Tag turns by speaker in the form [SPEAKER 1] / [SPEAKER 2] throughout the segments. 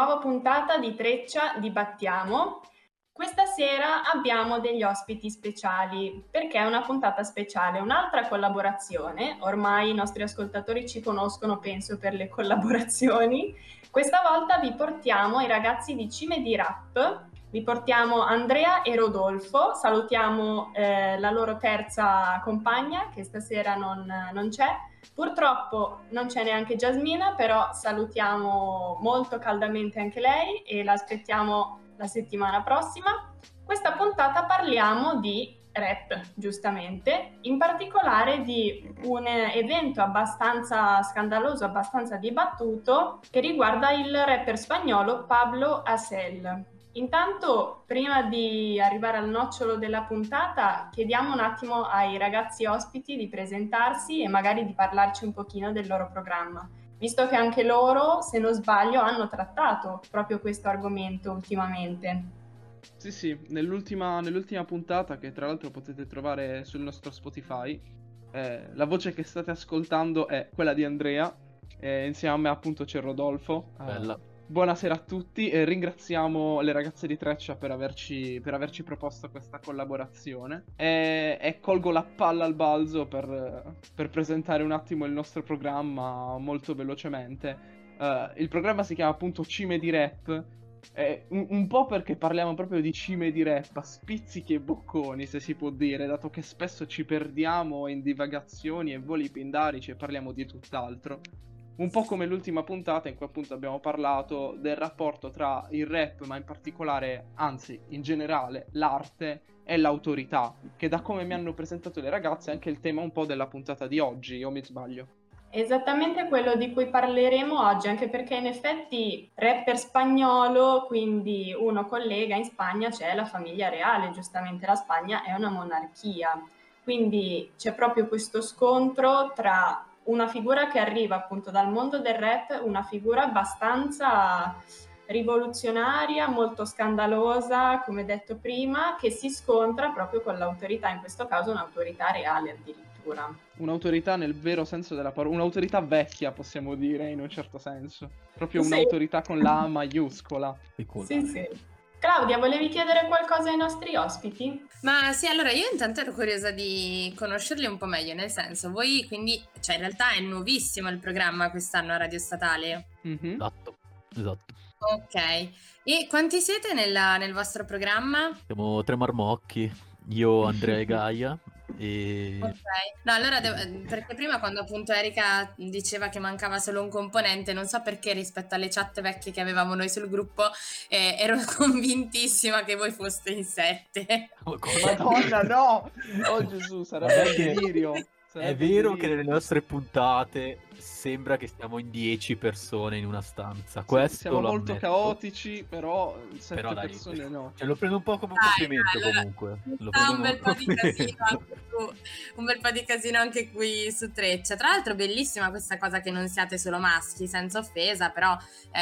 [SPEAKER 1] nuova puntata di Treccia Dibattiamo. Questa sera abbiamo degli ospiti speciali, perché è una puntata speciale, un'altra collaborazione. Ormai i nostri ascoltatori ci conoscono, penso, per le collaborazioni. Questa volta vi portiamo i ragazzi di Cime di Rap, vi portiamo Andrea e Rodolfo, salutiamo la loro terza compagna che stasera non c'è. Purtroppo non c'è neanche Jasmina, però salutiamo molto caldamente anche lei e la aspettiamo la settimana prossima. Questa puntata parliamo di rap, giustamente, in particolare di un evento abbastanza scandaloso, abbastanza dibattuto, che riguarda il rapper spagnolo Pablo Hasél. Intanto, prima di arrivare al nocciolo della puntata, chiediamo un attimo ai ragazzi ospiti di presentarsi e magari di parlarci un pochino del loro programma, visto che anche loro, se non sbaglio, hanno trattato proprio questo argomento ultimamente.
[SPEAKER 2] Sì, nell'ultima puntata, che tra l'altro potete trovare sul nostro Spotify, la voce che state ascoltando è quella di Andrea, insieme a me appunto c'è Rodolfo.
[SPEAKER 3] Bella.
[SPEAKER 2] Buonasera a tutti e ringraziamo le ragazze di Treccia per averci proposto questa collaborazione e colgo la palla al balzo per presentare un attimo il nostro programma molto velocemente. Il programma si chiama appunto Cime di Rap, un po' perché parliamo proprio di cime di rap a spizzichi e bocconi, se si può dire, dato che spesso ci perdiamo in divagazioni e voli pindarici e parliamo di tutt'altro. Un po' come l'ultima puntata in cui appunto abbiamo parlato del rapporto tra il rap, ma in particolare, anzi in generale, l'arte e l'autorità, che da come mi hanno presentato le ragazze è anche il tema un po' della puntata di oggi, o mi sbaglio?
[SPEAKER 1] Esattamente quello di cui parleremo oggi, anche perché in effetti rapper spagnolo, quindi uno collega, in Spagna c'è la famiglia reale, giustamente la Spagna è una monarchia, quindi c'è proprio questo scontro tra una figura che arriva appunto dal mondo del rap, una figura abbastanza rivoluzionaria, molto scandalosa, come detto prima, che si scontra proprio con l'autorità, in questo caso un'autorità reale addirittura.
[SPEAKER 2] Un'autorità nel vero senso della parola, un'autorità vecchia possiamo dire in un certo senso, proprio
[SPEAKER 1] Sì.
[SPEAKER 2] un'autorità con la A maiuscola.
[SPEAKER 1] Sì. Claudia, volevi chiedere qualcosa ai nostri ospiti?
[SPEAKER 4] Ma sì, allora io intanto ero curiosa di conoscerli un po' meglio, nel senso, voi quindi, cioè in realtà è nuovissimo il programma quest'anno a Radio Statale?
[SPEAKER 2] Mhm.
[SPEAKER 3] Esatto.
[SPEAKER 4] Ok, e quanti siete nel vostro programma?
[SPEAKER 3] Siamo 3 marmocchi, io, Andrea e Gaia.
[SPEAKER 4] Ok, no, allora perché prima quando appunto Erika diceva che mancava solo un componente, non so perché rispetto alle chat vecchie che avevamo noi sul gruppo, ero convintissima che voi foste in 7.
[SPEAKER 2] Madonna, no! Oh Gesù, sarebbe un delirio.
[SPEAKER 3] È vero che nelle nostre puntate sembra che stiamo in 10 persone in una stanza. Questo
[SPEAKER 2] siamo
[SPEAKER 3] lo
[SPEAKER 2] molto
[SPEAKER 3] ammetto.
[SPEAKER 2] caotici, però 7
[SPEAKER 3] Però dai,
[SPEAKER 2] persone no.
[SPEAKER 3] Cioè, lo prendo un po' come un
[SPEAKER 4] Dai,
[SPEAKER 3] complimento
[SPEAKER 4] allora,
[SPEAKER 3] comunque. Lo
[SPEAKER 4] sta
[SPEAKER 3] prendo
[SPEAKER 4] un bel
[SPEAKER 3] come
[SPEAKER 4] po' di casino anche su, un bel po' di casino anche qui su Treccia. Tra l'altro bellissima questa cosa che non siate solo maschi, senza offesa, però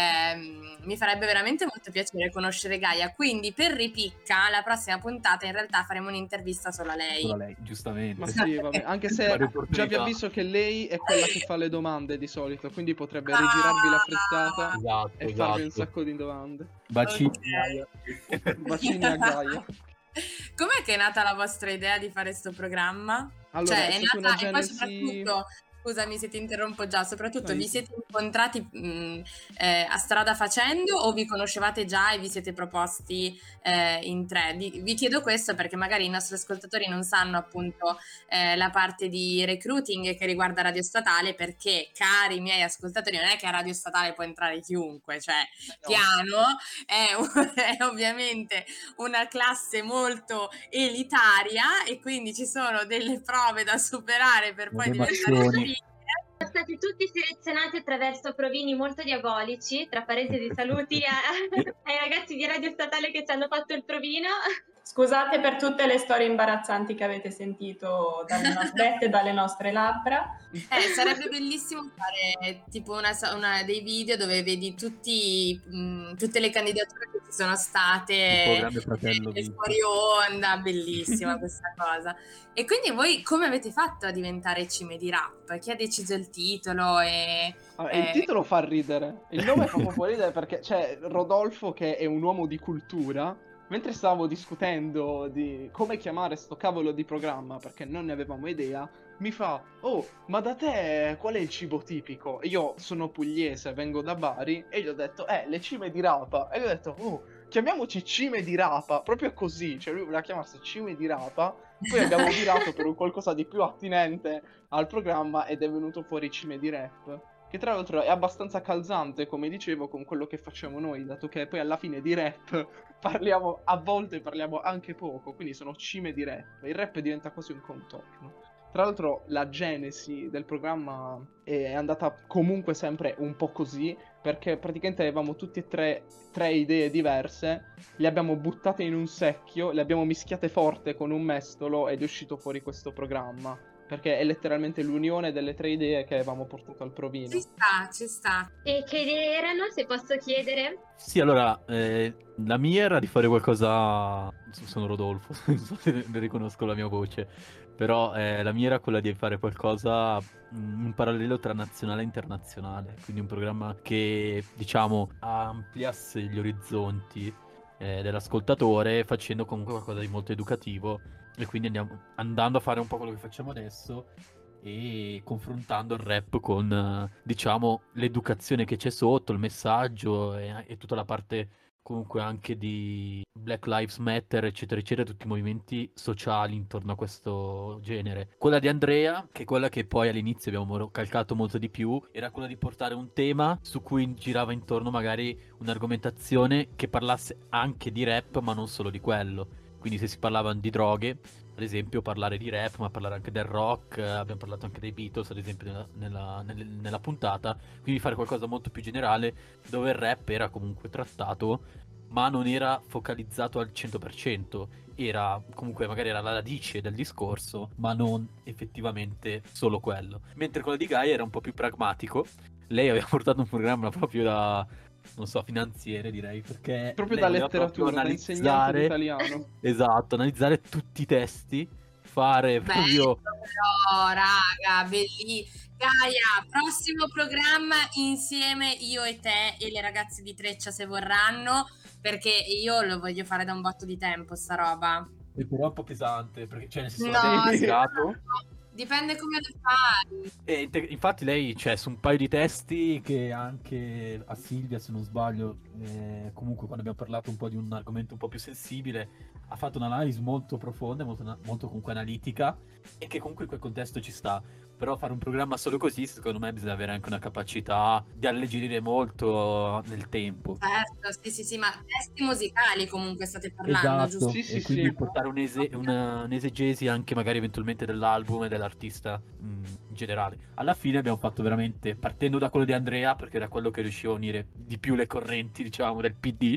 [SPEAKER 4] mi farebbe veramente molto piacere conoscere Gaia. Quindi per ripicca, la prossima puntata in realtà faremo un'intervista solo a lei.
[SPEAKER 3] Solo a lei, giustamente.
[SPEAKER 2] Ma sì, vabbè, anche se
[SPEAKER 3] Varie
[SPEAKER 2] già vi
[SPEAKER 3] opportunità.
[SPEAKER 2] avviso che lei è quella che fa le domande di solito, quindi potrebbe rigirarvi la frittata
[SPEAKER 3] Esatto,
[SPEAKER 2] e farvi un sacco di domande.
[SPEAKER 3] Bacini.
[SPEAKER 4] Ok.
[SPEAKER 2] Bacini a Gaia.
[SPEAKER 4] Com'è che è nata la vostra idea di fare questo programma?
[SPEAKER 2] Allora,
[SPEAKER 4] Cioè,
[SPEAKER 2] è
[SPEAKER 4] è
[SPEAKER 2] stata una
[SPEAKER 4] nata, e poi
[SPEAKER 2] genesi...
[SPEAKER 4] soprattutto, scusami se ti interrompo già, soprattutto
[SPEAKER 2] Vai.
[SPEAKER 4] vi siete incontrati a strada facendo o vi conoscevate già e vi siete proposti in 3? Vi chiedo questo perché magari i nostri ascoltatori non sanno appunto la parte di recruiting che riguarda Radio Statale, perché, cari miei ascoltatori, non è che a Radio Statale può entrare chiunque, cioè Piano è ovviamente una classe molto elitaria e quindi ci sono delle prove da superare per poi diventare
[SPEAKER 3] Mazzoni.
[SPEAKER 5] Sono stati tutti selezionati attraverso provini molto diabolici, tra parentesi saluti ai ragazzi di Radio Statale che ci hanno fatto il provino.
[SPEAKER 1] Scusate per tutte le storie imbarazzanti che avete sentito dette dalle nostre labbra.
[SPEAKER 4] Sarebbe bellissimo fare tipo dei video dove vedi tutte le candidature che ci sono state,
[SPEAKER 3] Grande Fratello
[SPEAKER 4] fuori onda, bellissima questa cosa. E quindi voi come avete fatto a diventare Cime di Rap? Chi ha deciso il titolo?
[SPEAKER 2] Il titolo fa ridere, il nome fa proprio ridere perché c'è Rodolfo che è un uomo di cultura. Mentre stavamo discutendo di come chiamare sto cavolo di programma, perché non ne avevamo idea, mi fa: oh, ma da te qual è il cibo tipico? Io sono pugliese, vengo da Bari, e gli ho detto, le cime di rapa. E gli ho detto, oh, chiamiamoci Cime di Rapa, proprio così, cioè lui voleva chiamarsi Cime di Rapa, poi abbiamo virato per un qualcosa di più attinente al programma ed è venuto fuori Cime di Rap. Che tra l'altro è abbastanza calzante, come dicevo, con quello che facciamo noi, dato che poi alla fine di rap a volte parliamo anche poco, quindi sono cime di rap. Il rap diventa quasi un contorno. Tra l'altro la genesi del programma è andata comunque sempre un po' così, perché praticamente avevamo tutti e tre idee diverse, le abbiamo buttate in un secchio, le abbiamo mischiate forte con un mestolo ed è uscito fuori questo programma. Perché è letteralmente l'unione delle 3 idee che avevamo portato al provino.
[SPEAKER 4] Ci sta.
[SPEAKER 5] E che idee erano, se posso chiedere?
[SPEAKER 3] Sì, allora, la mia era di fare qualcosa... Sono Rodolfo, non so se ne riconosco la mia voce, però la mia era quella di fare qualcosa, un parallelo tra nazionale e internazionale, quindi un programma che, diciamo, ampliasse gli orizzonti dell'ascoltatore, facendo comunque qualcosa di molto educativo, e quindi andando a fare un po' quello che facciamo adesso e confrontando il rap con, diciamo, l'educazione che c'è sotto, il messaggio e tutta la parte comunque anche di Black Lives Matter, eccetera, eccetera, tutti i movimenti sociali intorno a questo genere. Quella di Andrea, che è quella che poi all'inizio abbiamo calcato molto di più, era quella di portare un tema su cui girava intorno magari un'argomentazione che parlasse anche di rap, ma non solo di quello. Quindi se si parlava di droghe, ad esempio, parlare di rap, ma parlare anche del rock, abbiamo parlato anche dei Beatles, ad esempio, nella puntata, quindi fare qualcosa molto più generale, dove il rap era comunque trattato, ma non era focalizzato al 100%, era comunque magari era la radice del discorso, ma non effettivamente solo quello. Mentre quello di Gaia era un po' più pragmatico, lei aveva portato un programma proprio da... non so, finanziere direi, perché
[SPEAKER 2] proprio
[SPEAKER 3] lei
[SPEAKER 2] da
[SPEAKER 3] voleva
[SPEAKER 2] letteratura,
[SPEAKER 3] proprio
[SPEAKER 2] da insegnante di italiano.
[SPEAKER 3] Esatto, analizzare tutti i testi, fare proprio...
[SPEAKER 4] Bello però, raga, bellissimo. Gaia, prossimo programma insieme io e te e le ragazze di Treccia se vorranno, perché io lo voglio fare da un botto di tempo sta roba.
[SPEAKER 3] È però un po' pesante, perché cioè nel senso
[SPEAKER 4] No,
[SPEAKER 3] l'abbiamo
[SPEAKER 2] sì.
[SPEAKER 3] spiegato.
[SPEAKER 4] dipende come lo fai.
[SPEAKER 3] E infatti lei, cioè, su un paio di testi che anche a Silvia, se non sbaglio, comunque quando abbiamo parlato un po' di un argomento un po' più sensibile, ha fatto un'analisi molto profonda, molto comunque analitica, e che comunque in quel contesto ci sta. Però fare un programma solo così, secondo me bisogna avere anche una capacità di alleggerire molto nel tempo.
[SPEAKER 4] Certo, sì, ma testi musicali comunque state parlando, giusto?
[SPEAKER 2] Sì, sì,
[SPEAKER 3] E quindi
[SPEAKER 2] sì.
[SPEAKER 3] portare un'esegesi anche magari eventualmente dell'album e dell'artista in generale. Alla fine abbiamo fatto veramente, partendo da quello di Andrea, perché era quello che riusciva a unire di più le correnti, diciamo, del PD,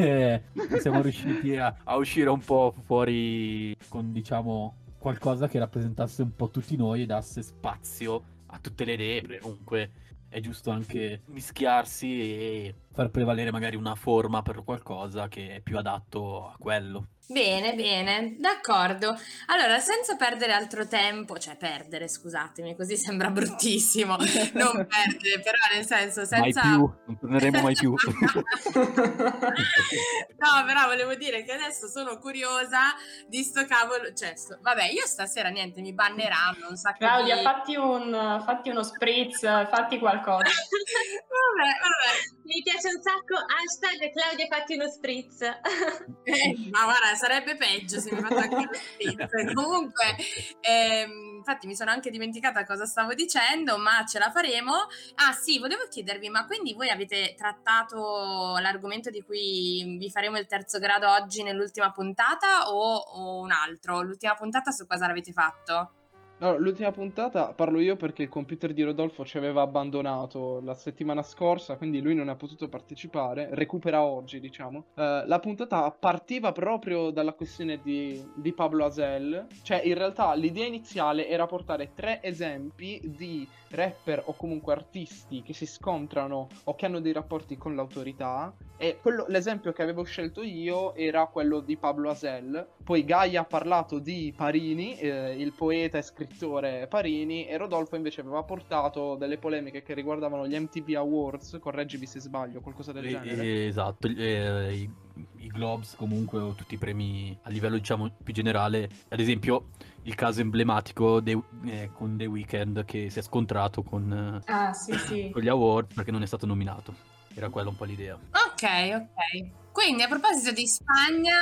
[SPEAKER 3] siamo riusciti a uscire un po' fuori con, diciamo, qualcosa che rappresentasse un po' tutti noi e dasse spazio a tutte le idee, perché comunque è giusto anche mischiarsi e far prevalere magari una forma per qualcosa che è più adatto a quello.
[SPEAKER 4] Bene, d'accordo. Allora, senza perdere altro tempo, cioè perdere, scusatemi, così sembra bruttissimo, non perdere, però nel senso
[SPEAKER 3] Mai
[SPEAKER 4] senza...
[SPEAKER 3] più, non torneremo mai più.
[SPEAKER 4] No, però volevo dire che adesso sono curiosa di sto cavolo, cioè, vabbè, io stasera niente, mi banneranno un sacco
[SPEAKER 1] Claudia,
[SPEAKER 4] di...
[SPEAKER 1] fatti uno spritz, fatti qualcosa.
[SPEAKER 4] Vabbè.
[SPEAKER 5] Mi piace un sacco, hashtag Claudia fatti uno spritz.
[SPEAKER 4] Ma guarda, sarebbe peggio se mi fatto anche lo spritz. Comunque, infatti mi sono anche dimenticata cosa stavo dicendo, ma ce la faremo. Ah sì, volevo chiedervi, ma quindi voi avete trattato l'argomento di cui vi faremo il terzo grado oggi nell'ultima puntata o un altro? L'ultima puntata su cosa l'avete fatto?
[SPEAKER 2] Allora, l'ultima puntata parlo io perché il computer di Rodolfo ci aveva abbandonato la settimana scorsa, quindi lui non ha potuto partecipare, recupera oggi, diciamo. La puntata partiva proprio dalla questione di Pablo Hasél, cioè in realtà l'idea iniziale era portare 3 esempi di rapper o comunque artisti che si scontrano o che hanno dei rapporti con l'autorità, e l'esempio che avevo scelto io era quello di Pablo Hasél. Poi Gaia ha parlato di Parini, il poeta e scrittore Parini, e Rodolfo invece aveva portato delle polemiche che riguardavano gli MTV Awards, correggimi se sbaglio, qualcosa del genere.
[SPEAKER 3] Esatto, i Globes comunque, o tutti i premi a livello diciamo più generale, ad esempio il caso emblematico con The Weeknd che si è scontrato con
[SPEAKER 1] Sì.
[SPEAKER 3] con gli award perché non è stato nominato. Era quella un po' l'idea.
[SPEAKER 4] Ok. Quindi a proposito di Spagna,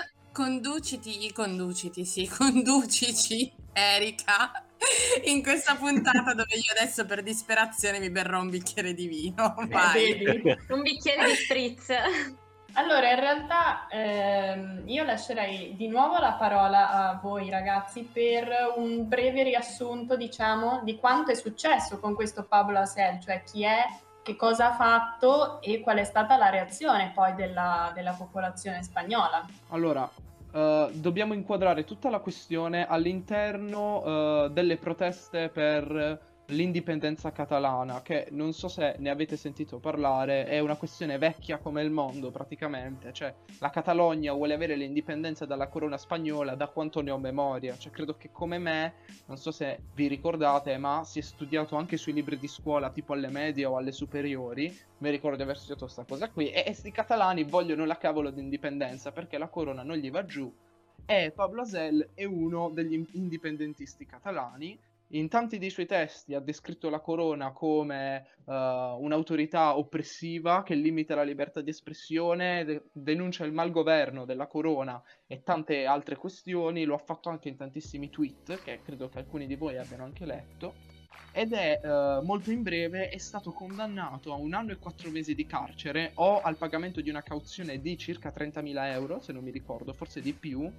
[SPEAKER 4] conducici Erika in questa puntata dove io adesso per disperazione mi berrò un bicchiere di vino. Vai.
[SPEAKER 1] Vedi?
[SPEAKER 5] Un bicchiere di spritz.
[SPEAKER 1] Allora, in realtà io lascerei di nuovo la parola a voi ragazzi per un breve riassunto, diciamo, di quanto è successo con questo Pablo Hasél, cioè chi è, che cosa ha fatto e qual è stata la reazione poi della popolazione spagnola.
[SPEAKER 2] Allora, dobbiamo inquadrare tutta la questione all'interno delle proteste per l'indipendenza catalana, che non so se ne avete sentito parlare, è una questione vecchia come il mondo praticamente, cioè la Catalogna vuole avere l'indipendenza dalla corona spagnola da quanto ne ho memoria, cioè credo che come me, non so se vi ricordate, ma si è studiato anche sui libri di scuola tipo alle medie o alle superiori, mi ricordo di aver studiato questa cosa qui, e sti catalani vogliono la cavolo di indipendenza perché la corona non gli va giù, e Pablo Hasél è uno degli indipendentisti catalani. In tanti dei suoi testi ha descritto la corona come un'autorità oppressiva che limita la libertà di espressione, denuncia il malgoverno della corona e tante altre questioni. Lo ha fatto anche in tantissimi tweet, che credo che alcuni di voi abbiano anche letto. Ed è molto in breve è stato condannato a 1 anno e 4 mesi di carcere o al pagamento di una cauzione di circa 30.000 euro, se non mi ricordo, forse di più,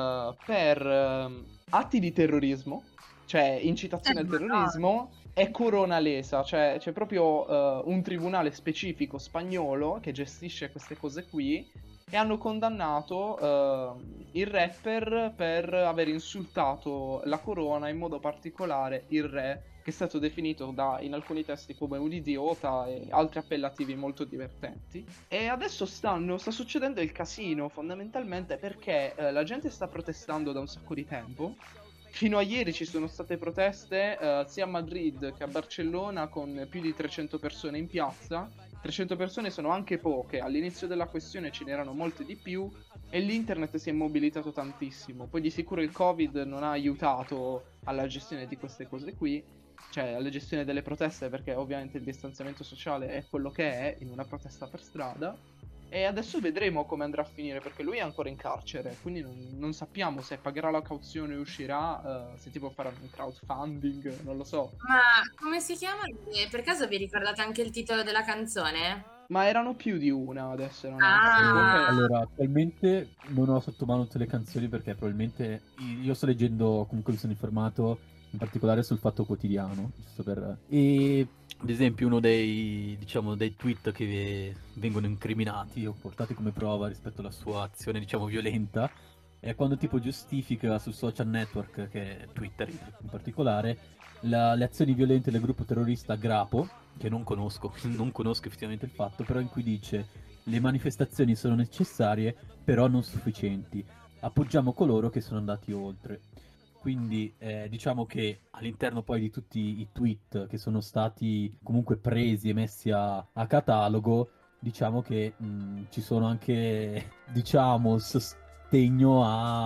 [SPEAKER 2] per atti di terrorismo, cioè incitazione al terrorismo e corona lesa, cioè c'è proprio un tribunale specifico spagnolo che gestisce queste cose qui, e hanno condannato il rapper per aver insultato la corona, in modo particolare il re, che è stato definito in alcuni testi come un idiota e altri appellativi molto divertenti. E adesso sta succedendo il casino, fondamentalmente perché la gente sta protestando da un sacco di tempo. Fino a ieri ci sono state proteste sia a Madrid che a Barcellona, con più di 300 persone in piazza. 300 persone sono anche poche, all'inizio della questione ce n'erano molte di più e l'internet si è mobilitato tantissimo. Poi di sicuro il Covid non ha aiutato alla gestione di queste cose qui, cioè alla gestione delle proteste, perché ovviamente il distanziamento sociale è quello che è in una protesta per strada. E adesso vedremo come andrà a finire, perché lui è ancora in carcere, quindi non sappiamo se pagherà la cauzione e uscirà, se tipo farà un crowdfunding, non lo so.
[SPEAKER 4] Ma come si chiama? Per caso vi ricordate anche il titolo della canzone?
[SPEAKER 2] Ma erano più di una adesso, non
[SPEAKER 4] Ah.
[SPEAKER 3] Allora, attualmente non ho sotto mano tutte le canzoni perché probabilmente io sto leggendo, comunque mi sono informato in particolare sul Fatto Quotidiano, giusto per... E ad esempio uno dei tweet che vengono incriminati o portati come prova rispetto alla sua azione, diciamo, violenta, è quando tipo giustifica sul social network, che è Twitter in particolare, le azioni violente del gruppo terrorista Grapo, che non conosco effettivamente il fatto, però in cui dice: le manifestazioni sono necessarie, però non sufficienti. Appoggiamo coloro che sono andati oltre. Quindi diciamo che all'interno poi di tutti i tweet che sono stati comunque presi e messi a catalogo, diciamo che ci sono anche, diciamo, sostegno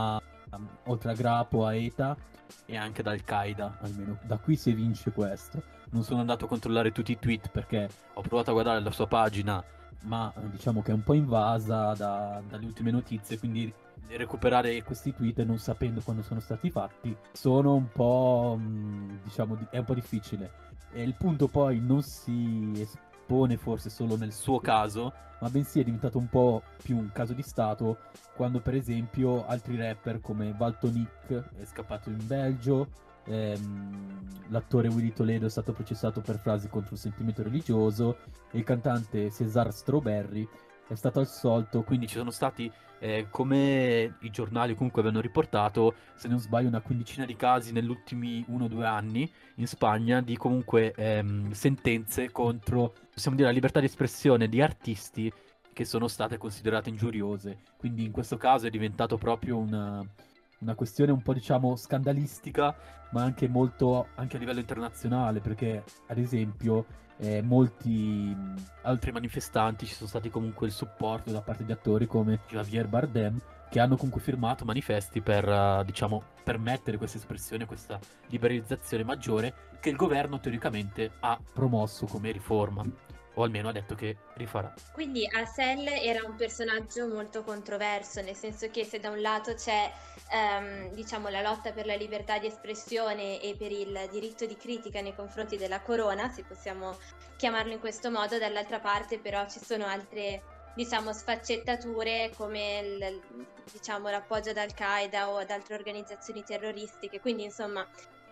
[SPEAKER 3] oltre a Grapo, a ETA e anche ad Al-Qaeda, almeno da qui si evince questo. Non sono andato a controllare tutti i tweet perché ho provato a guardare la sua pagina, ma diciamo che è un po' invasa dalle ultime notizie, quindi recuperare questi tweet non sapendo quando sono stati fatti sono un po', diciamo, è un po' difficile. E il punto poi non si espone forse solo nel suo caso, ma bensì è diventato un po' più un caso di stato quando per esempio altri rapper come Valtonyc è scappato in Belgio,
[SPEAKER 6] l'attore Willy Toledo è stato processato per frasi contro il sentimento religioso e il cantante César Strawberry è stato assolto.
[SPEAKER 3] Quindi ci sono stati, come i giornali comunque avevano riportato, se non sbaglio una quindicina di casi negli ultimi 1 o 2 anni in Spagna di comunque sentenze contro, possiamo dire, la libertà di espressione di artisti che sono state considerate ingiuriose. Quindi in questo caso è diventato proprio una questione un po', diciamo, scandalistica, ma anche molto anche a livello internazionale, perché ad esempio molti altri manifestanti ci sono stati comunque il supporto da parte di attori come Javier Bardem, che hanno comunque firmato manifesti per, diciamo, permettere questa espressione, questa liberalizzazione maggiore che il governo teoricamente ha promosso come riforma, o almeno ha detto che rifarà.
[SPEAKER 5] Quindi Asel era un personaggio molto controverso, nel senso che se da un lato c'è diciamo la lotta per la libertà di espressione e per il diritto di critica nei confronti della corona, se possiamo chiamarlo in questo modo, dall'altra parte però ci sono altre, diciamo, sfaccettature come diciamo, l'appoggio ad Al-Qaeda o ad altre organizzazioni terroristiche, quindi insomma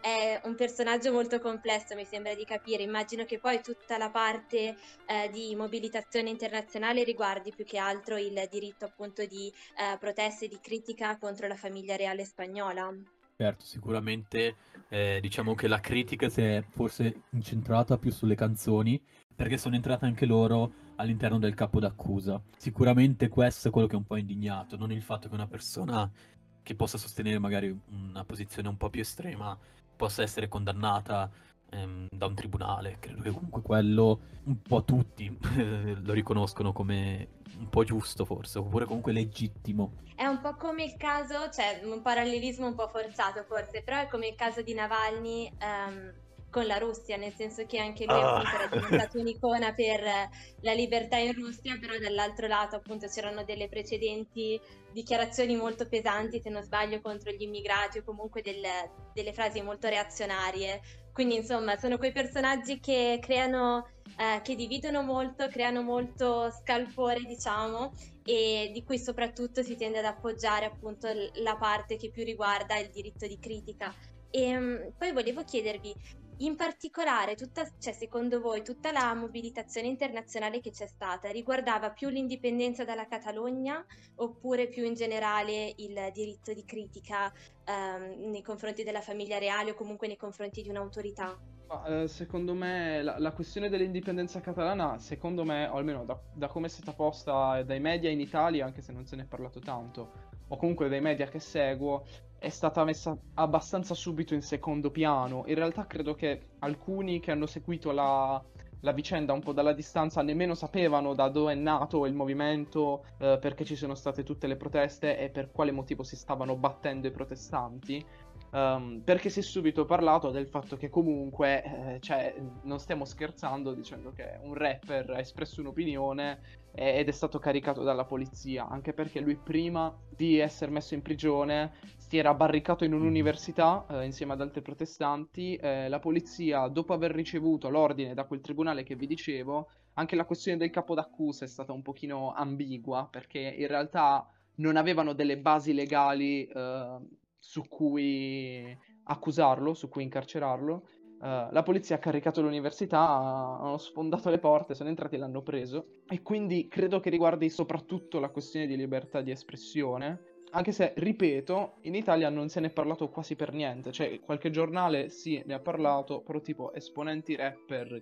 [SPEAKER 5] è un personaggio molto complesso, mi sembra di capire. Immagino che poi tutta la parte di mobilitazione internazionale riguardi più che altro il diritto appunto di proteste e di critica contro la famiglia reale spagnola.
[SPEAKER 3] Certo, sicuramente diciamo che la critica
[SPEAKER 6] Si è forse incentrata più sulle canzoni, perché sono entrate anche loro all'interno del capo d'accusa. Sicuramente questo è quello che è un po' indignato, non il fatto che una persona che possa sostenere magari una posizione un po' più estrema possa essere condannata da un tribunale. Credo che comunque quello un po' tutti lo riconoscono come un po' giusto forse, oppure comunque legittimo.
[SPEAKER 5] È un po' come il caso, cioè un parallelismo un po' forzato forse, però è come il caso di Navalny con la Russia, nel senso che anche lui appunto era diventato un'icona per la libertà in Russia, però dall'altro lato appunto c'erano delle precedenti dichiarazioni molto pesanti, se non sbaglio, contro gli immigrati o comunque delle frasi molto reazionarie. Quindi insomma sono quei personaggi che creano, che dividono molto, creano molto scalpore, diciamo, e di cui soprattutto si tende ad appoggiare appunto la parte che più riguarda il diritto di critica. E poi volevo chiedervi, in particolare, cioè, secondo voi tutta la mobilitazione internazionale che c'è stata riguardava più l'indipendenza dalla Catalogna oppure più in generale il diritto di critica nei confronti della famiglia reale o comunque nei confronti di un'autorità?
[SPEAKER 2] Secondo me la questione dell'indipendenza catalana, secondo me, o almeno da come è stata posta dai media in Italia, anche se non se ne è parlato tanto, o comunque dai media che seguo, è stata messa abbastanza subito in secondo piano. In realtà credo che alcuni che hanno seguito la vicenda un po' dalla distanza nemmeno sapevano da dove è nato il movimento, perché ci sono state tutte le proteste e per quale motivo si stavano battendo i protestanti. Perché si è subito parlato del fatto che comunque cioè, non stiamo scherzando dicendo che un rapper ha espresso un'opinione ed è stato caricato dalla polizia, anche perché lui prima di essere messo in prigione si era barricato in un'università insieme ad altri protestanti. La polizia, dopo aver ricevuto l'ordine da quel tribunale che vi dicevo, anche la questione del capo d'accusa è stata un pochino ambigua, perché in realtà non avevano delle basi legali su cui accusarlo, su cui incarcerarlo. La polizia ha caricato l'università, hanno sfondato le porte, sono entrati e l'hanno preso. E quindi credo che riguardi soprattutto la questione di libertà di espressione, anche se, ripeto, in Italia non se ne è parlato quasi per niente. Cioè, qualche giornale sì, ne ha parlato, però tipo esponenti rapper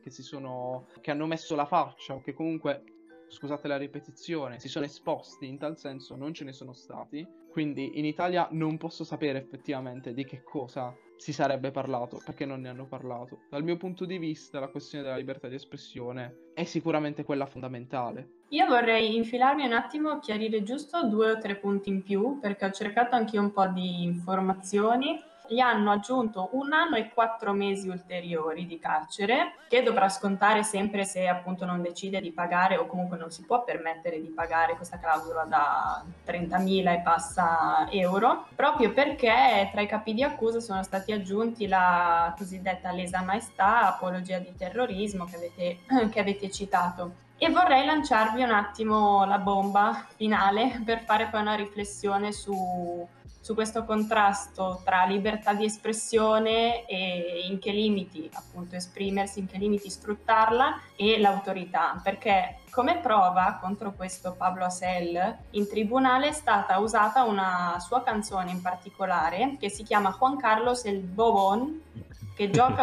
[SPEAKER 2] che hanno messo la faccia o che comunque, scusate la ripetizione, si sono esposti in tal senso, non ce ne sono stati. Quindi in Italia non posso sapere effettivamente di che cosa si sarebbe parlato, perché non ne hanno parlato. Dal mio punto di vista la questione della libertà di espressione è sicuramente quella fondamentale.
[SPEAKER 1] Io vorrei infilarmi un attimo, chiarire giusto 2 o 3 punti in più, perché ho cercato anche un po' di informazioni. Gli hanno aggiunto 1 anno e 4 mesi ulteriori di carcere, che dovrà scontare sempre se appunto non decide di pagare o comunque non si può permettere di pagare questa clausola da 30.000 e passa euro, proprio perché tra i capi di accusa sono stati aggiunti la cosiddetta lesa maestà, apologia di terrorismo che avete citato. E vorrei lanciarvi un attimo la bomba finale per fare poi una riflessione su su questo contrasto tra libertà di espressione e in che limiti appunto esprimersi, in che limiti sfruttarla, e l'autorità, perché come prova contro questo Pablo Hasél in tribunale è stata usata una sua canzone in particolare che si chiama Juan Carlos el Bobón, che gioca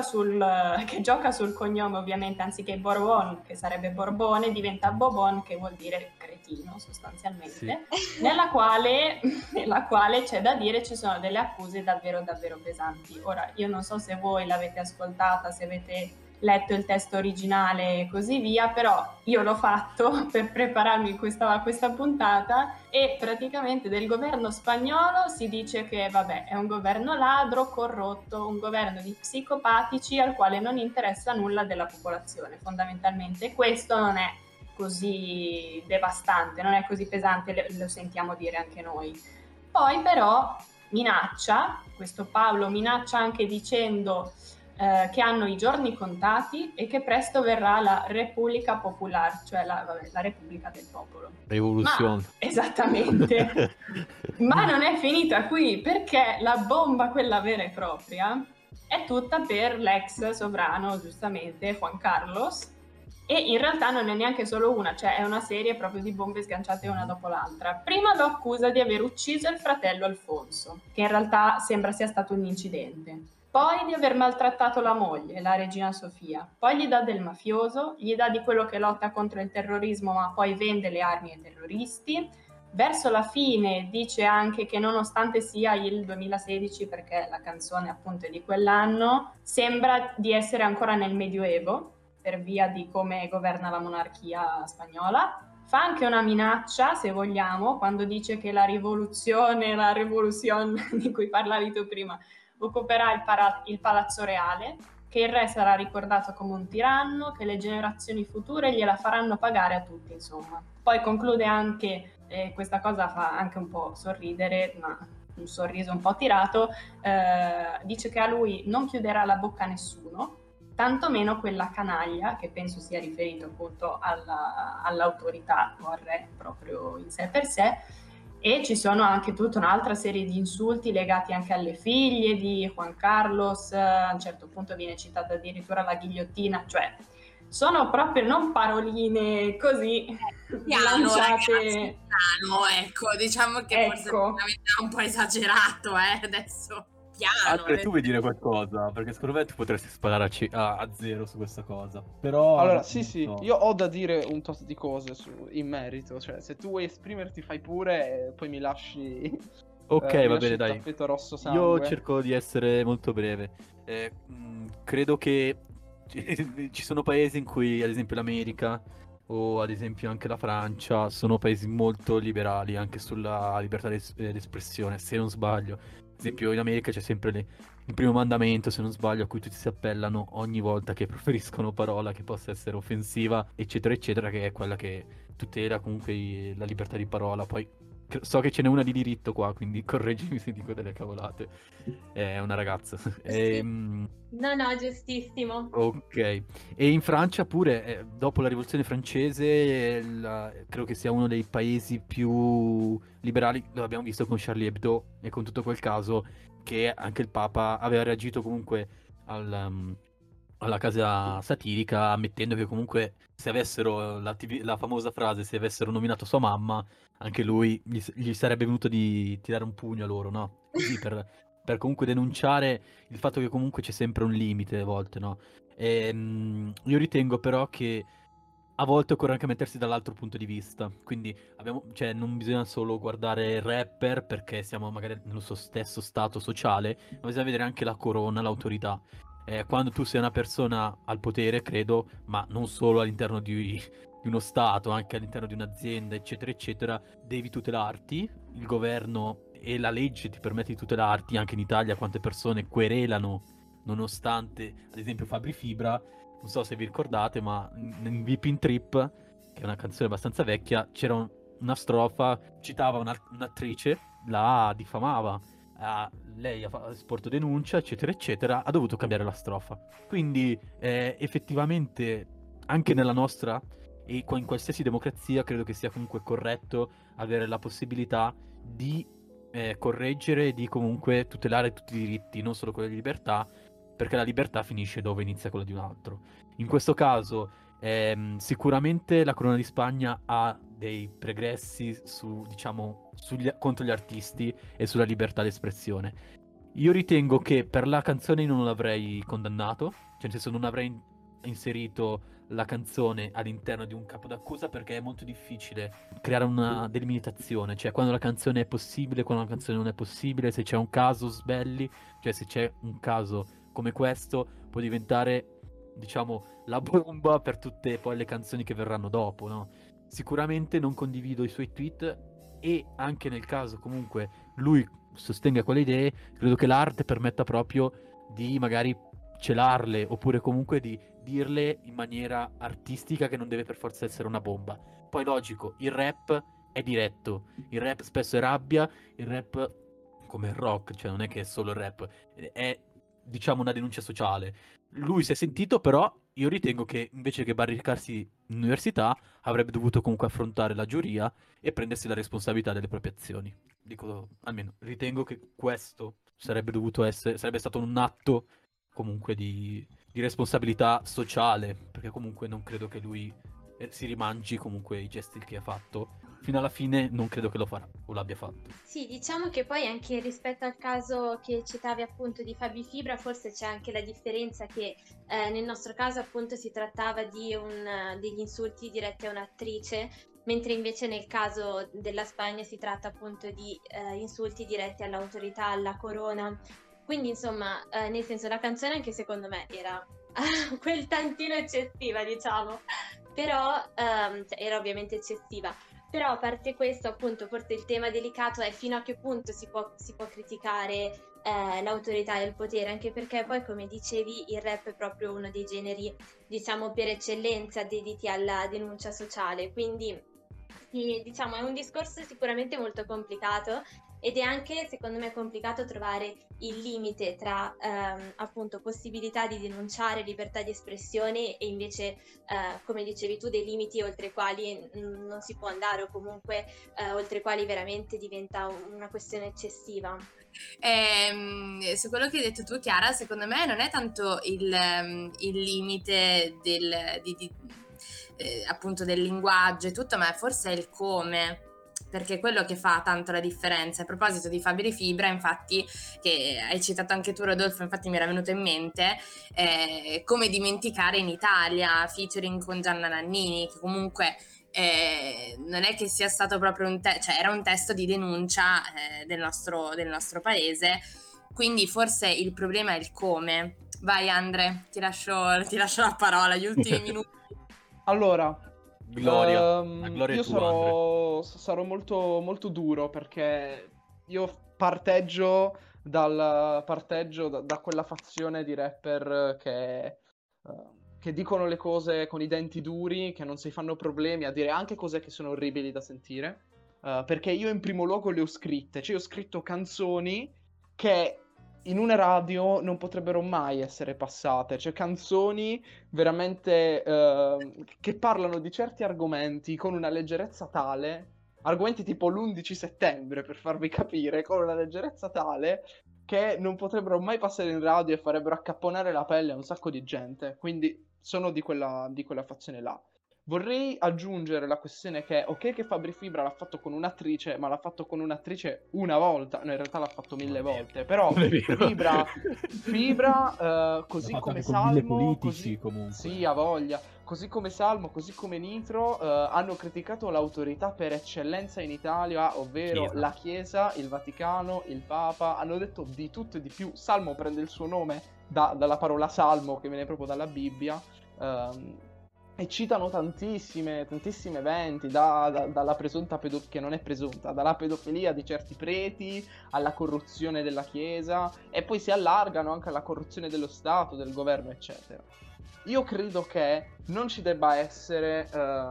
[SPEAKER 1] sul cognome ovviamente, anziché Borbón, che sarebbe Borbone, diventa Bobón, che vuol dire cretino sostanzialmente, sì. nella quale c'è da dire ci sono delle accuse davvero davvero pesanti. Ora, io non so se voi l'avete ascoltata, se avete letto il testo originale e così via, però io l'ho fatto per prepararmi a questa puntata, e praticamente del governo spagnolo si dice che vabbè, è un governo ladro, corrotto, un governo di psicopatici al quale non interessa nulla della popolazione fondamentalmente. Questo non è così devastante, non è così pesante, lo sentiamo dire anche noi. Poi però questo Paolo minaccia anche dicendo che hanno i giorni contati e che presto verrà la Repubblica Popular, cioè la Repubblica del Popolo.
[SPEAKER 3] Rivoluzione.
[SPEAKER 1] Esattamente. Ma non è finita qui, perché la bomba, quella vera e propria, è tutta per l'ex sovrano, giustamente, Juan Carlos, e in realtà non è neanche solo una, cioè è una serie proprio di bombe sganciate una dopo l'altra. Prima lo accusa di aver ucciso il fratello Alfonso, che in realtà sembra sia stato un incidente. Poi di aver maltrattato la moglie, la regina Sofia. Poi gli dà del mafioso, gli dà di quello che lotta contro il terrorismo ma poi vende le armi ai terroristi. Verso la fine dice anche che nonostante sia il 2016, perché la canzone appunto è di quell'anno, sembra di essere ancora nel Medioevo per via di come governa la monarchia spagnola. Fa anche una minaccia, se vogliamo, quando dice che la rivoluzione di cui parlavi tu prima occuperà il Palazzo Reale, che il re sarà ricordato come un tiranno, che le generazioni future gliela faranno pagare a tutti, insomma. Poi conclude anche, questa cosa fa anche un po' sorridere, ma un sorriso un po' tirato, dice che a lui non chiuderà la bocca nessuno, tantomeno quella canaglia, che penso sia riferito appunto all'autorità o al re proprio in sé per sé. E ci sono anche tutta un'altra serie di insulti legati anche alle figlie di Juan Carlos, a un certo punto viene citata addirittura la ghigliottina, cioè sono proprio non paroline così lanciate.
[SPEAKER 4] Ragazzi, ecco, diciamo che forse è un po' esagerato, adesso.
[SPEAKER 3] Altre, tu vuoi dire qualcosa? Perché secondo me tu potresti sparare a zero su questa cosa. Però
[SPEAKER 2] allora, sì, io ho da dire un tot di cose in merito. Cioè, se tu vuoi esprimerti, fai pure, e poi mi lasci.
[SPEAKER 3] Ok, va bene, dai.
[SPEAKER 2] Tappeto rosso sangue.
[SPEAKER 3] Io cerco di essere molto breve. Credo che ci sono paesi in cui, ad esempio, l'America o ad esempio anche la Francia sono paesi molto liberali anche sulla libertà d'espressione, se non sbaglio. Ad esempio in America c'è sempre il primo mandamento, se non sbaglio, a cui tutti si appellano ogni volta che preferiscono parola che possa essere offensiva, eccetera eccetera, che è quella che tutela comunque la libertà di parola. Poi so che ce n'è una di diritto qua, quindi correggimi se dico delle cavolate. È una ragazza.
[SPEAKER 5] No, giustissimo.
[SPEAKER 3] Ok. E in Francia pure, dopo la rivoluzione francese, credo che sia uno dei paesi più liberali. Lo abbiamo visto con Charlie Hebdo e con tutto quel caso, che anche il Papa aveva reagito comunque alla casa satirica, ammettendo che comunque se avessero la famosa frase, se avessero nominato sua mamma, anche lui gli sarebbe venuto di tirare un pugno a loro, no? Così per comunque denunciare il fatto che comunque c'è sempre un limite a volte, no? Io ritengo però che a volte occorre anche mettersi dall'altro punto di vista, quindi cioè, non bisogna solo guardare il rapper perché siamo magari nello suo stesso stato sociale, ma bisogna vedere anche la corona, l'autorità. Quando tu sei una persona al potere, credo, ma non solo all'interno di uno stato, anche all'interno di un'azienda, eccetera, eccetera, devi tutelarti. Il governo e la legge ti permette di tutelarti. Anche in Italia quante persone querelano nonostante, ad esempio, Fabri Fibra. Non so se vi ricordate, ma in Whipping Trip, che è una canzone abbastanza vecchia, c'era una strofa, citava un'attrice, la diffamava. Lei ha sporto denuncia, eccetera, eccetera, ha dovuto cambiare la strofa. Quindi effettivamente anche nella nostra e in qualsiasi democrazia credo che sia comunque corretto avere la possibilità di correggere e di comunque tutelare tutti i diritti, non solo quelli di libertà, perché la libertà finisce dove inizia quella di un altro. In questo caso, sicuramente la Corona di Spagna ha dei pregressi contro gli artisti e sulla libertà d'espressione. Io ritengo che per la canzone non l'avrei condannato, cioè nel senso non avrei inserito la canzone all'interno di un capo d'accusa, perché è molto difficile creare una delimitazione, cioè quando la canzone è possibile, quando la canzone non è possibile, se c'è un casus belli, cioè se c'è un caso come questo può diventare, diciamo, la bomba per tutte poi le canzoni che verranno dopo, no? Sicuramente non condivido i suoi tweet, e anche nel caso comunque lui sostenga quelle idee, credo che l'arte permetta proprio di magari celarle, oppure comunque di dirle in maniera artistica, che non deve per forza essere una bomba. Poi logico, il rap è diretto, il rap spesso è rabbia, il rap come il rock, cioè non è che è solo il rap, è diciamo una denuncia sociale. Lui si è sentito, però io ritengo che invece che barricarsi in università avrebbe dovuto comunque affrontare la giuria e prendersi la responsabilità delle proprie azioni. Dico, almeno ritengo che questo sarebbe stato un atto comunque di responsabilità sociale, perché comunque non credo che lui si rimangi comunque i gesti che ha fatto. Fino alla fine non credo che lo farà o l'abbia fatto.
[SPEAKER 5] Sì, diciamo che poi anche rispetto al caso che citavi appunto di Fabi Fibra, forse c'è anche la differenza che nel nostro caso appunto si trattava di degli insulti diretti a un'attrice, mentre invece nel caso della Spagna si tratta appunto di insulti diretti all'autorità, alla corona. Quindi insomma, nel senso, la canzone anche secondo me era quel tantino eccessiva, diciamo, però cioè, era ovviamente eccessiva. Però a parte questo, appunto, forse il tema delicato è fino a che punto si può criticare l'autorità e il potere, anche perché poi, come dicevi, il rap è proprio uno dei generi, diciamo, per eccellenza dediti alla denuncia sociale, quindi sì, diciamo, è un discorso sicuramente molto complicato, ed è anche, secondo me, complicato trovare il limite tra appunto possibilità di denunciare, libertà di espressione, e invece, come dicevi tu, dei limiti oltre i quali non si può andare, o comunque oltre i quali veramente diventa una questione eccessiva.
[SPEAKER 4] Su quello che hai detto tu, Chiara, secondo me non è tanto il limite appunto del linguaggio e tutto, ma forse è il come, perché è quello che fa tanto la differenza. A proposito di Fabi Fibra, infatti, che hai citato anche tu, Rodolfo, infatti mi era venuto in mente, come dimenticare in Italia, featuring con Gianna Nannini, che comunque non è che sia stato proprio cioè era un testo di denuncia del nostro paese, quindi forse il problema è il come. Vai Andre, ti lascio la parola, gli ultimi minuti.
[SPEAKER 2] Allora,
[SPEAKER 3] Gloria, la gloria
[SPEAKER 2] io
[SPEAKER 3] è tua,
[SPEAKER 2] sarò molto, molto duro, perché io parteggio da quella fazione di rapper che dicono le cose con i denti duri, che non si fanno problemi a dire anche cose che sono orribili da sentire, perché io in primo luogo le ho scritte, cioè ho scritto canzoni che in una radio non potrebbero mai essere passate, cioè canzoni veramente che parlano di certi argomenti con una leggerezza tale, argomenti tipo l'11 settembre, per farvi capire, con una leggerezza tale che non potrebbero mai passare in radio e farebbero accapponare la pelle a un sacco di gente. Quindi sono di quella fazione là. Vorrei aggiungere la questione che, ok, che Fabri Fibra l'ha fatto con un'attrice, ma l'ha fatto con un'attrice una volta, no, in realtà l'ha fatto 1000 volte, però
[SPEAKER 3] Non è vero.
[SPEAKER 2] Fibra, così
[SPEAKER 6] L'ha fatto
[SPEAKER 2] come
[SPEAKER 6] anche con 1000
[SPEAKER 2] Salmo,
[SPEAKER 6] politici, comunque.
[SPEAKER 2] sì, ha voglia, così come Salmo, così come Nitro, hanno criticato l'autorità per eccellenza in Italia, ovvero
[SPEAKER 3] Chiesa.
[SPEAKER 2] la Chiesa, il Vaticano, il Papa, hanno detto di tutto e di più. Salmo prende il suo nome dalla parola salmo, che viene proprio dalla Bibbia, e citano tantissimi eventi, dalla presunta che non è presunta, dalla pedofilia di certi preti alla corruzione della Chiesa, e poi si allargano anche alla corruzione dello Stato, del governo, eccetera. Io credo che non ci debba essere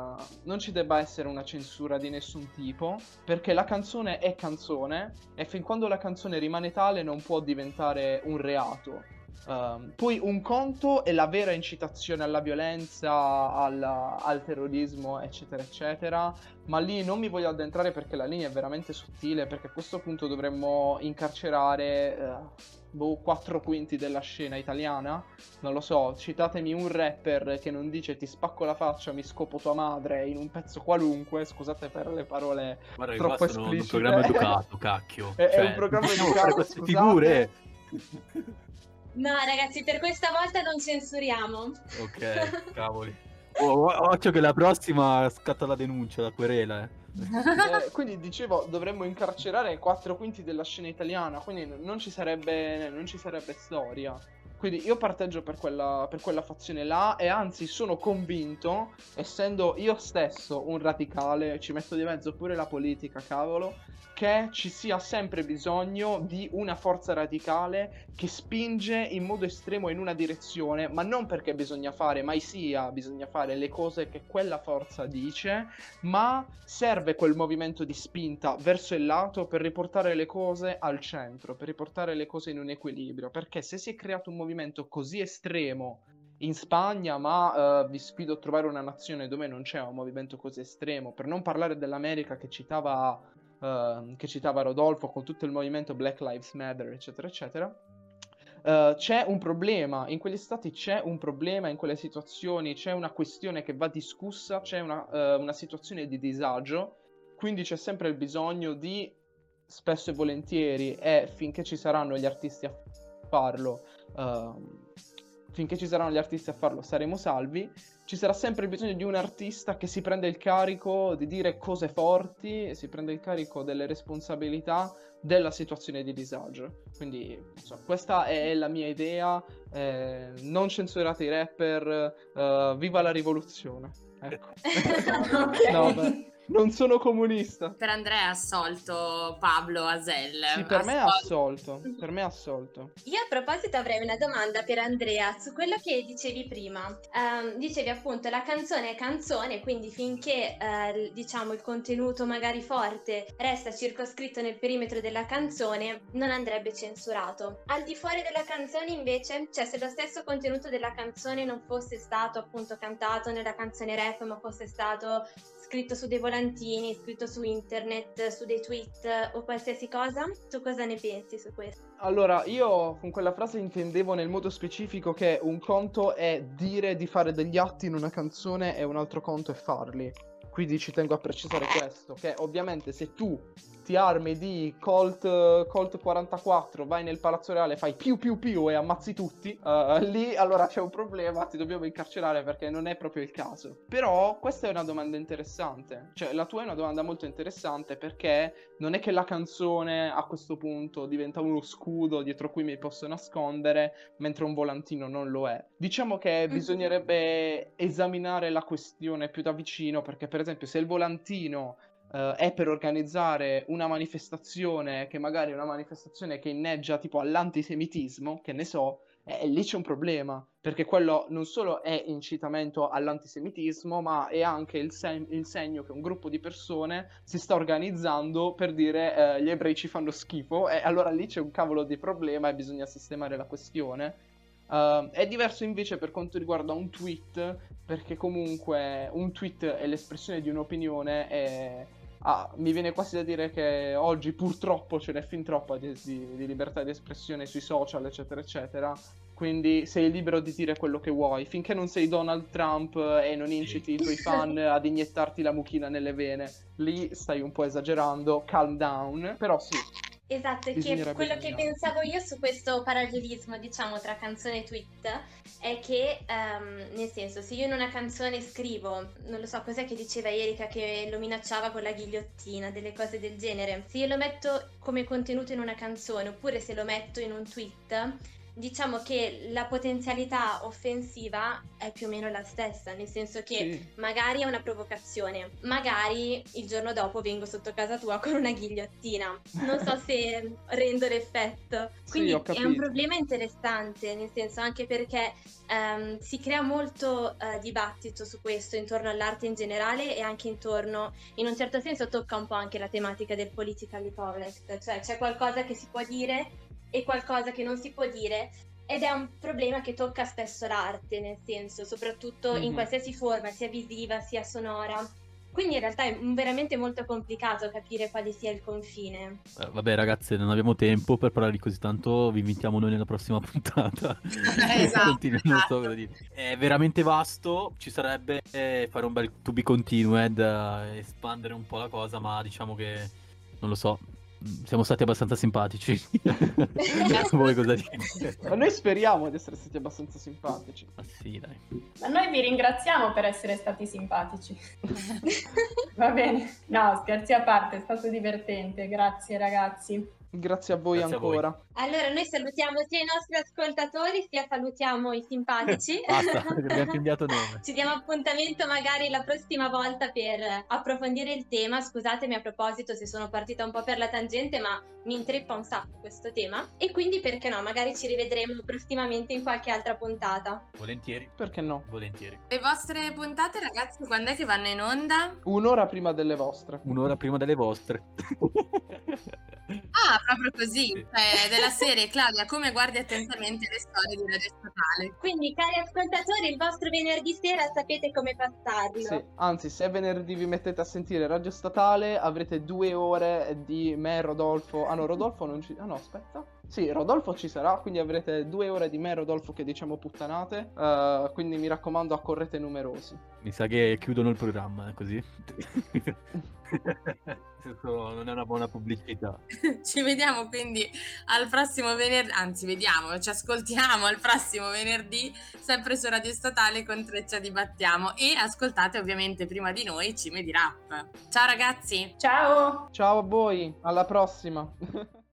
[SPEAKER 2] una censura di nessun tipo, perché la canzone è canzone, e fin quando la canzone rimane tale non può diventare un reato. Poi un conto è la vera incitazione alla violenza, al terrorismo, eccetera, eccetera, ma lì non mi voglio addentrare perché la linea è veramente sottile, perché a questo punto dovremmo incarcerare 4/5 della scena italiana. Non lo so, citatemi un rapper che non dice ti spacco la faccia, mi scopo tua madre in un pezzo qualunque, scusate per le parole
[SPEAKER 3] Guarda,
[SPEAKER 2] troppo
[SPEAKER 3] qua sono un
[SPEAKER 2] esplicite.
[SPEAKER 3] programma educato, cacchio.
[SPEAKER 2] È
[SPEAKER 3] Cioè,
[SPEAKER 2] un programma
[SPEAKER 3] possiamo
[SPEAKER 2] educato,
[SPEAKER 3] fare queste
[SPEAKER 2] scusate.
[SPEAKER 3] figure.
[SPEAKER 5] No, ragazzi, per questa volta non censuriamo.
[SPEAKER 3] Ok, cavoli. Occhio che la prossima scatta la denuncia, la querela.
[SPEAKER 2] Quindi dicevo, dovremmo incarcerare 4/5 della scena italiana, quindi non ci sarebbe storia. Quindi io parteggio per quella fazione là, e anzi sono convinto, essendo io stesso un radicale, ci metto di mezzo pure la politica, cavolo, che ci sia sempre bisogno di una forza radicale che spinge in modo estremo in una direzione, ma non perché bisogna fare le cose che quella forza dice, ma serve quel movimento di spinta verso il lato per riportare le cose al centro, per riportare le cose in un equilibrio, perché se si è creato un movimento così estremo in Spagna, ma vi sfido a trovare una nazione dove non c'è un movimento così estremo, per non parlare dell'America che citava Rodolfo, con tutto il movimento Black Lives Matter, eccetera, eccetera. C'è un problema, in quegli stati c'è un problema, in quelle situazioni c'è una questione che va discussa, c'è una situazione di disagio, quindi c'è sempre il bisogno di, spesso e volentieri, e finché ci saranno gli artisti a farlo, saremo salvi. Ci sarà sempre bisogno di un artista che si prende il carico di dire cose forti, si prende il carico delle responsabilità della situazione di disagio. Quindi questa è la mia idea. Non censurate i rapper, viva la rivoluzione, ecco.
[SPEAKER 1] Ok.
[SPEAKER 2] No, beh, non sono comunista.
[SPEAKER 4] Per Andrea è assolto Pablo Asel.
[SPEAKER 2] Sì, per me è assolto. Per me è assolto.
[SPEAKER 5] Io a proposito avrei una domanda per Andrea su quello che dicevi prima. Dicevi appunto la canzone è canzone, quindi finché diciamo il contenuto magari forte resta circoscritto nel perimetro della canzone non andrebbe censurato. Al di fuori della canzone invece, cioè se lo stesso contenuto della canzone non fosse stato appunto cantato nella canzone rap, ma fosse stato scritto su dei volantini, scritto su internet, su dei tweet o qualsiasi cosa, tu cosa ne pensi su questo?
[SPEAKER 2] Allora, io con quella frase intendevo nel modo specifico che un conto è dire di fare degli atti in una canzone e un altro conto è farli. Quindi ci tengo a precisare questo, che ovviamente se tu ti armi di Colt 44, vai nel Palazzo Reale, fai piu piu piu e ammazzi tutti, lì allora c'è un problema, ti dobbiamo incarcerare perché non è proprio il caso. Però questa è una domanda interessante, cioè la tua è una domanda molto interessante, perché non è che la canzone a questo punto diventa uno scudo dietro cui mi posso nascondere, mentre un volantino non lo è. Diciamo che bisognerebbe esaminare la questione più da vicino, perché per esempio se il volantino è per organizzare una manifestazione che magari è una manifestazione che inneggia tipo all'antisemitismo, che ne so, lì c'è un problema, perché quello non solo è incitamento all'antisemitismo, ma è anche il segno che un gruppo di persone si sta organizzando per dire gli ebrei ci fanno schifo, e allora lì c'è un cavolo di problema e bisogna sistemare la questione. È diverso invece per quanto riguarda un tweet, perché comunque un tweet è l'espressione di un'opinione e mi viene quasi da dire che oggi purtroppo ce n'è fin troppa di libertà di espressione sui social, eccetera, eccetera. Quindi sei libero di dire quello che vuoi, finché non sei Donald Trump e non inciti i tuoi fan ad iniettarti la mucchina nelle vene. Lì stai un po' esagerando, calm down, però sì.
[SPEAKER 5] Esatto, è che quello che pensavo io su questo parallelismo, diciamo, tra canzone e tweet è che, nel senso, se io in una canzone scrivo, non lo so, cos'è che diceva Erika che lo minacciava con la ghigliottina, delle cose del genere, se io lo metto come contenuto in una canzone oppure se lo metto in un tweet, diciamo che la potenzialità offensiva è più o meno la stessa, nel senso che
[SPEAKER 2] Sì.
[SPEAKER 5] magari è una provocazione, magari il giorno dopo vengo sotto casa tua con una ghigliottina, non so se rendo l'effetto. Quindi
[SPEAKER 2] Sì, ho
[SPEAKER 5] è un
[SPEAKER 2] capito.
[SPEAKER 5] problema interessante, nel senso anche perché si crea molto dibattito su questo intorno all'arte in generale e anche intorno, in un certo senso tocca un po' anche la tematica del politically correct, cioè c'è qualcosa che si può dire e qualcosa che non si può dire, ed è un problema che tocca spesso l'arte, nel senso, soprattutto in
[SPEAKER 2] Mhm.
[SPEAKER 5] qualsiasi forma, sia visiva sia sonora. Quindi in realtà è veramente molto complicato capire quale sia il confine.
[SPEAKER 3] Vabbè ragazze, non abbiamo tempo per parlare di così tanto, vi invitiamo noi nella prossima puntata.
[SPEAKER 4] Esatto,
[SPEAKER 3] Continuiamo, non so
[SPEAKER 4] esatto.
[SPEAKER 3] cosa dire. È veramente vasto, ci sarebbe fare un bel to be continued, espandere un po' la cosa, ma diciamo che, non lo so, siamo stati abbastanza simpatici. Voi cosa dite?
[SPEAKER 2] Ma noi speriamo di essere stati abbastanza simpatici.
[SPEAKER 3] Ma sì, dai.
[SPEAKER 1] Ma noi vi ringraziamo per essere stati simpatici. Va bene. No, scherzi a parte, è stato divertente. Grazie ragazzi.
[SPEAKER 2] Grazie a voi
[SPEAKER 3] Grazie a voi.
[SPEAKER 2] ancora.
[SPEAKER 5] Allora, noi salutiamo sia i nostri ascoltatori, sia salutiamo i simpatici.
[SPEAKER 3] Basta, abbiamo cambiato nome.
[SPEAKER 5] Ci diamo appuntamento magari la prossima volta per approfondire il tema. Scusatemi a proposito se sono partita un po' per la tangente, ma mi intrippa un sacco questo tema. E quindi, perché no, magari ci rivedremo prossimamente in qualche altra puntata.
[SPEAKER 3] Volentieri,
[SPEAKER 2] Perché no?
[SPEAKER 3] volentieri.
[SPEAKER 4] Le vostre puntate, ragazzi, quando è che vanno in onda?
[SPEAKER 2] Un'ora prima delle vostre.
[SPEAKER 3] Un'ora prima delle vostre.
[SPEAKER 4] Ah, proprio così,
[SPEAKER 3] Sì.
[SPEAKER 4] della serie Claudia, come guardi attentamente le storie di Radio Statale.
[SPEAKER 5] Quindi, cari ascoltatori, il vostro venerdì sera sapete come passarlo.
[SPEAKER 2] Sì, anzi, se venerdì vi mettete a sentire Radio Statale, avrete 2 ore di me e Rodolfo. Ah no, Rodolfo non ci... Ah no, aspetta. Sì, Rodolfo ci sarà, quindi avrete 2 ore di me e Rodolfo che diciamo puttanate. Quindi mi raccomando, accorrete numerosi.
[SPEAKER 3] Mi sa che chiudono il programma, così. Questo non è una buona pubblicità.
[SPEAKER 4] Ci vediamo quindi al prossimo venerdì, anzi vediamo, ci ascoltiamo al prossimo venerdì, sempre su Radio Statale con Treccia Dibattiamo, e ascoltate ovviamente prima di noi Cime di Rap. Ciao ragazzi!
[SPEAKER 1] Ciao!
[SPEAKER 2] Ciao a voi, alla prossima.